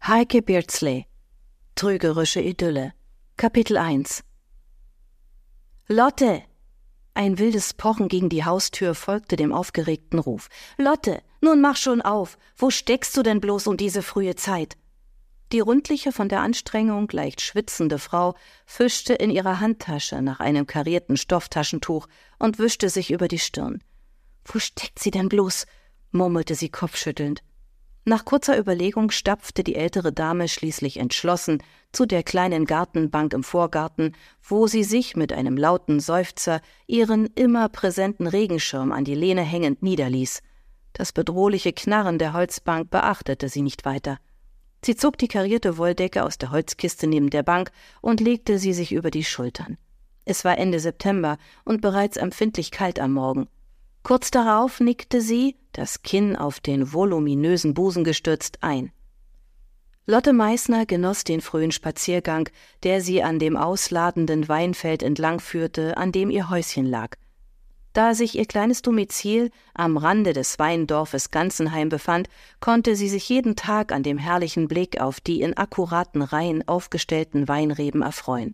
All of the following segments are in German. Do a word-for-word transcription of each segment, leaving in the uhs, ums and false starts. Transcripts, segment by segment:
Heike Beardsley. Trügerische Idylle. Kapitel eins. »Lotte!« Ein wildes Pochen gegen die Haustür folgte dem aufgeregten Ruf. »Lotte, nun mach schon auf! Wo steckst du denn bloß um diese frühe Zeit?« Die rundliche, von der Anstrengung leicht schwitzende Frau fischte in ihrer Handtasche nach einem karierten Stofftaschentuch und wischte sich über die Stirn. »Wo steckt sie denn bloß?« murmelte sie kopfschüttelnd. Nach kurzer Überlegung stapfte die ältere Dame schließlich entschlossen zu der kleinen Gartenbank im Vorgarten, wo sie sich mit einem lauten Seufzer ihren immer präsenten Regenschirm an die Lehne hängend niederließ. Das bedrohliche Knarren der Holzbank beachtete sie nicht weiter. Sie zog die karierte Wolldecke aus der Holzkiste neben der Bank und legte sie sich über die Schultern. Es war Ende September und bereits empfindlich kalt am Morgen. Kurz darauf nickte sie, das Kinn auf den voluminösen Busen gestützt, ein. Lotte Meißner genoss den frühen Spaziergang, der sie an dem ausladenden Weinfeld entlang führte, an dem ihr Häuschen lag. Da sich ihr kleines Domizil am Rande des Weindorfes Ganzenheim befand, konnte sie sich jeden Tag an dem herrlichen Blick auf die in akkuraten Reihen aufgestellten Weinreben erfreuen.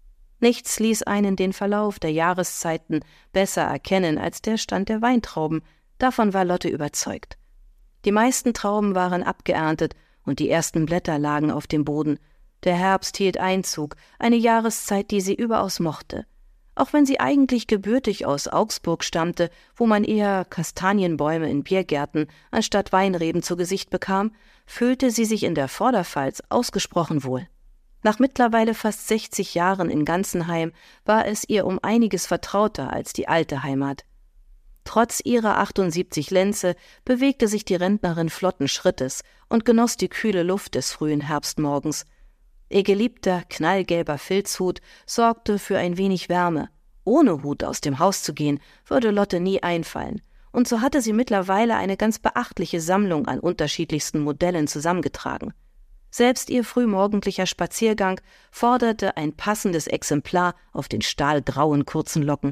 Nichts ließ einen den Verlauf der Jahreszeiten besser erkennen als der Stand der Weintrauben, davon war Lotte überzeugt. Die meisten Trauben waren abgeerntet und die ersten Blätter lagen auf dem Boden. Der Herbst hielt Einzug, eine Jahreszeit, die sie überaus mochte. Auch wenn sie eigentlich gebürtig aus Augsburg stammte, wo man eher Kastanienbäume in Biergärten anstatt Weinreben zu Gesicht bekam, fühlte sie sich in der Vorderpfalz ausgesprochen wohl. Nach mittlerweile fast sechzig Jahren in Ganzenheim war es ihr um einiges vertrauter als die alte Heimat. Trotz ihrer achtundsiebzig Lenze bewegte sich die Rentnerin flotten Schrittes und genoss die kühle Luft des frühen Herbstmorgens. Ihr geliebter, knallgelber Filzhut sorgte für ein wenig Wärme. Ohne Hut aus dem Haus zu gehen, würde Lotte nie einfallen. Und so hatte sie mittlerweile eine ganz beachtliche Sammlung an unterschiedlichsten Modellen zusammengetragen. Selbst ihr frühmorgendlicher Spaziergang forderte ein passendes Exemplar auf den stahlgrauen kurzen Locken.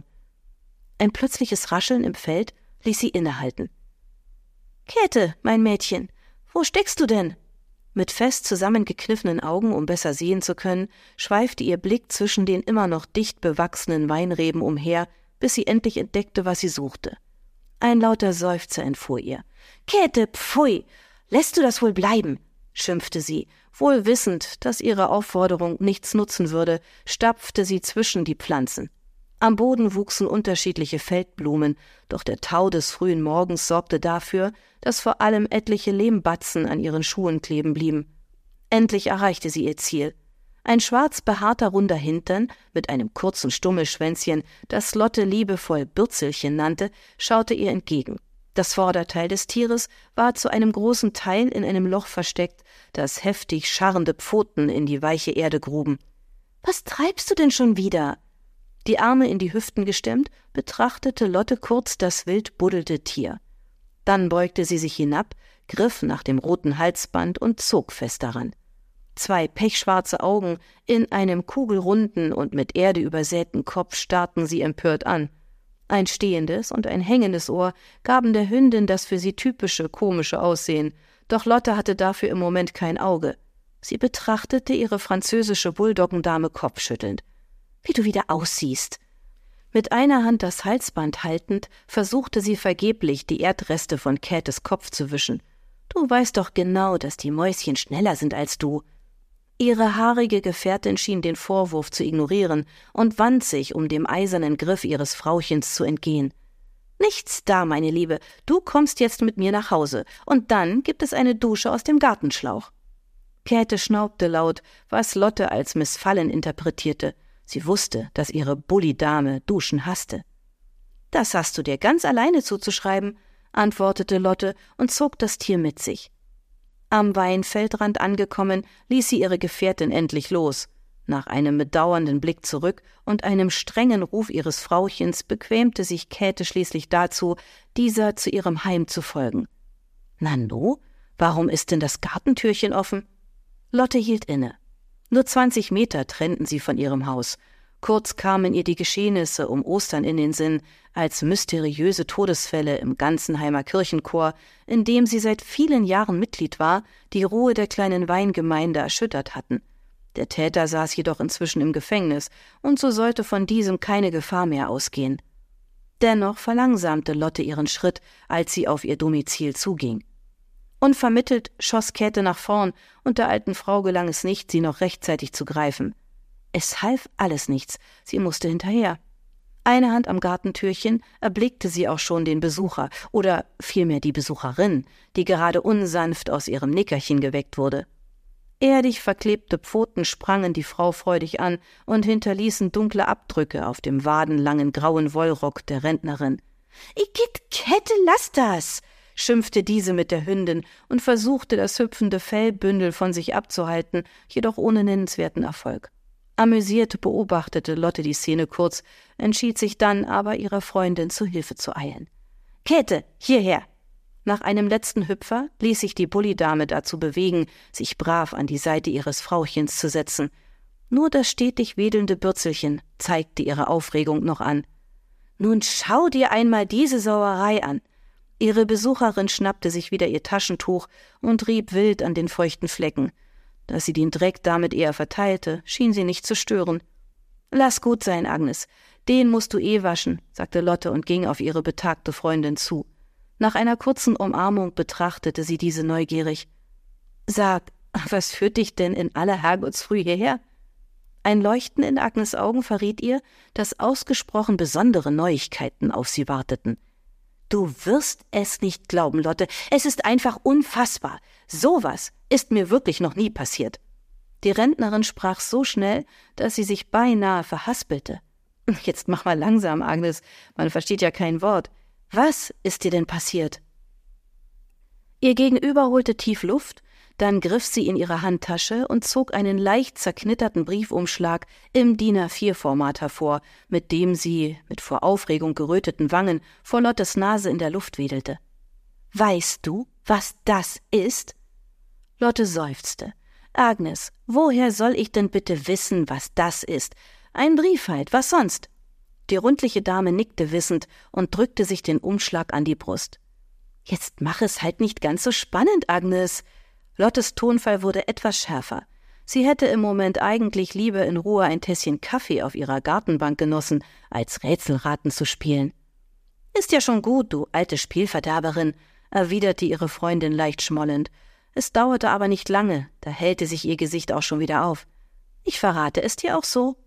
Ein plötzliches Rascheln im Feld ließ sie innehalten. »Käthe, mein Mädchen, wo steckst du denn?« Mit fest zusammengekniffenen Augen, um besser sehen zu können, schweifte ihr Blick zwischen den immer noch dicht bewachsenen Weinreben umher, bis sie endlich entdeckte, was sie suchte. Ein lauter Seufzer entfuhr ihr. »Käthe, pfui, lässt du das wohl bleiben?« schimpfte sie. Wohl wissend, dass ihre Aufforderung nichts nutzen würde, stapfte sie zwischen die Pflanzen. Am Boden wuchsen unterschiedliche Feldblumen, doch der Tau des frühen Morgens sorgte dafür, dass vor allem etliche Lehmbatzen an ihren Schuhen kleben blieben. Endlich erreichte sie ihr Ziel. Ein schwarz behaarter runder Hintern mit einem kurzen Stummelschwänzchen, das Lotte liebevoll Bürzelchen nannte, schaute ihr entgegen. Das Vorderteil des Tieres war zu einem großen Teil in einem Loch versteckt, das heftig scharrende Pfoten in die weiche Erde gruben. »Was treibst du denn schon wieder?« Die Arme in die Hüften gestemmt, betrachtete Lotte kurz das wild buddelte Tier. Dann beugte sie sich hinab, griff nach dem roten Halsband und zog fest daran. Zwei pechschwarze Augen in einem kugelrunden und mit Erde übersäten Kopf starrten sie empört an. Ein stehendes und ein hängendes Ohr gaben der Hündin das für sie typische, komische Aussehen, doch Lotte hatte dafür im Moment kein Auge. Sie betrachtete ihre französische Bulldoggendame kopfschüttelnd. »Wie du wieder aussiehst!« Mit einer Hand das Halsband haltend, versuchte sie vergeblich, die Erdreste von Käthes Kopf zu wischen. »Du weißt doch genau, dass die Mäuschen schneller sind als du.« Ihre haarige Gefährtin schien den Vorwurf zu ignorieren und wand sich, um dem eisernen Griff ihres Frauchens zu entgehen. »Nichts da, meine Liebe, du kommst jetzt mit mir nach Hause, und dann gibt es eine Dusche aus dem Gartenschlauch.« Käthe schnaubte laut, was Lotte als Missfallen interpretierte. Sie wusste, dass ihre Bulli-Dame Duschen hasste. »Das hast du dir ganz alleine zuzuschreiben«, antwortete Lotte und zog das Tier mit sich. Am Weinfeldrand angekommen, ließ sie ihre Gefährtin endlich los. Nach einem bedauernden Blick zurück und einem strengen Ruf ihres Frauchens bequemte sich Käthe schließlich dazu, dieser zu ihrem Heim zu folgen. »Nanu, warum ist denn das Gartentürchen offen?« Lotte hielt inne. Nur zwanzig Meter trennten sie von ihrem Haus. Kurz kamen ihr die Geschehnisse um Ostern in den Sinn, als mysteriöse Todesfälle im Ganzenheimer Kirchenchor, in dem sie seit vielen Jahren Mitglied war, die Ruhe der kleinen Weingemeinde erschüttert hatten. Der Täter saß jedoch inzwischen im Gefängnis, und so sollte von diesem keine Gefahr mehr ausgehen. Dennoch verlangsamte Lotte ihren Schritt, als sie auf ihr Domizil zuging. Unvermittelt schoss Käthe nach vorn, und der alten Frau gelang es nicht, sie noch rechtzeitig zu greifen. Es half alles nichts, sie musste hinterher. Eine Hand am Gartentürchen erblickte sie auch schon den Besucher, oder vielmehr die Besucherin, die gerade unsanft aus ihrem Nickerchen geweckt wurde. Erdig verklebte Pfoten sprangen die Frau freudig an und hinterließen dunkle Abdrücke auf dem wadenlangen grauen Wollrock der Rentnerin. »Igitt, Käthe, lass das!« schimpfte diese mit der Hündin und versuchte, das hüpfende Fellbündel von sich abzuhalten, jedoch ohne nennenswerten Erfolg. Amüsiert beobachtete Lotte die Szene kurz, entschied sich dann aber, ihrer Freundin zu Hilfe zu eilen. »Käthe, hierher!« Nach einem letzten Hüpfer ließ sich die Bullidame dazu bewegen, sich brav an die Seite ihres Frauchens zu setzen. Nur das stetig wedelnde Bürzelchen zeigte ihre Aufregung noch an. »Nun schau dir einmal diese Sauerei an!« Ihre Besucherin schnappte sich wieder ihr Taschentuch und rieb wild an den feuchten Flecken. Dass sie den Dreck damit eher verteilte, schien sie nicht zu stören. »Lass gut sein, Agnes, den musst du eh waschen«, sagte Lotte und ging auf ihre betagte Freundin zu. Nach einer kurzen Umarmung betrachtete sie diese neugierig. »Sag, was führt dich denn in aller Herrgottsfrüh hierher?« Ein Leuchten in Agnes' Augen verriet ihr, dass ausgesprochen besondere Neuigkeiten auf sie warteten. »Du wirst es nicht glauben, Lotte, es ist einfach unfassbar. Sowas ist mir wirklich noch nie passiert.« Die Rentnerin sprach so schnell, dass sie sich beinahe verhaspelte. »Jetzt mach mal langsam, Agnes, man versteht ja kein Wort. Was ist dir denn passiert?« Ihr Gegenüber holte tief Luft, dann griff sie in ihre Handtasche und zog einen leicht zerknitterten Briefumschlag im D I N A vier Format hervor, mit dem sie, mit vor Aufregung geröteten Wangen, vor Lottes Nase in der Luft wedelte. »Weißt du, was das ist?« Lotte seufzte. »Agnes, woher soll ich denn bitte wissen, was das ist? Ein Brief halt, was sonst?« Die rundliche Dame nickte wissend und drückte sich den Umschlag an die Brust. »Jetzt mach es halt nicht ganz so spannend, Agnes!« Lottes Tonfall wurde etwas schärfer. Sie hätte im Moment eigentlich lieber in Ruhe ein Tässchen Kaffee auf ihrer Gartenbank genossen, als Rätselraten zu spielen. »Ist ja schon gut, du alte Spielverderberin«, erwiderte ihre Freundin leicht schmollend. Es dauerte aber nicht lange, da hellte sich ihr Gesicht auch schon wieder auf. »Ich verrate es dir auch so.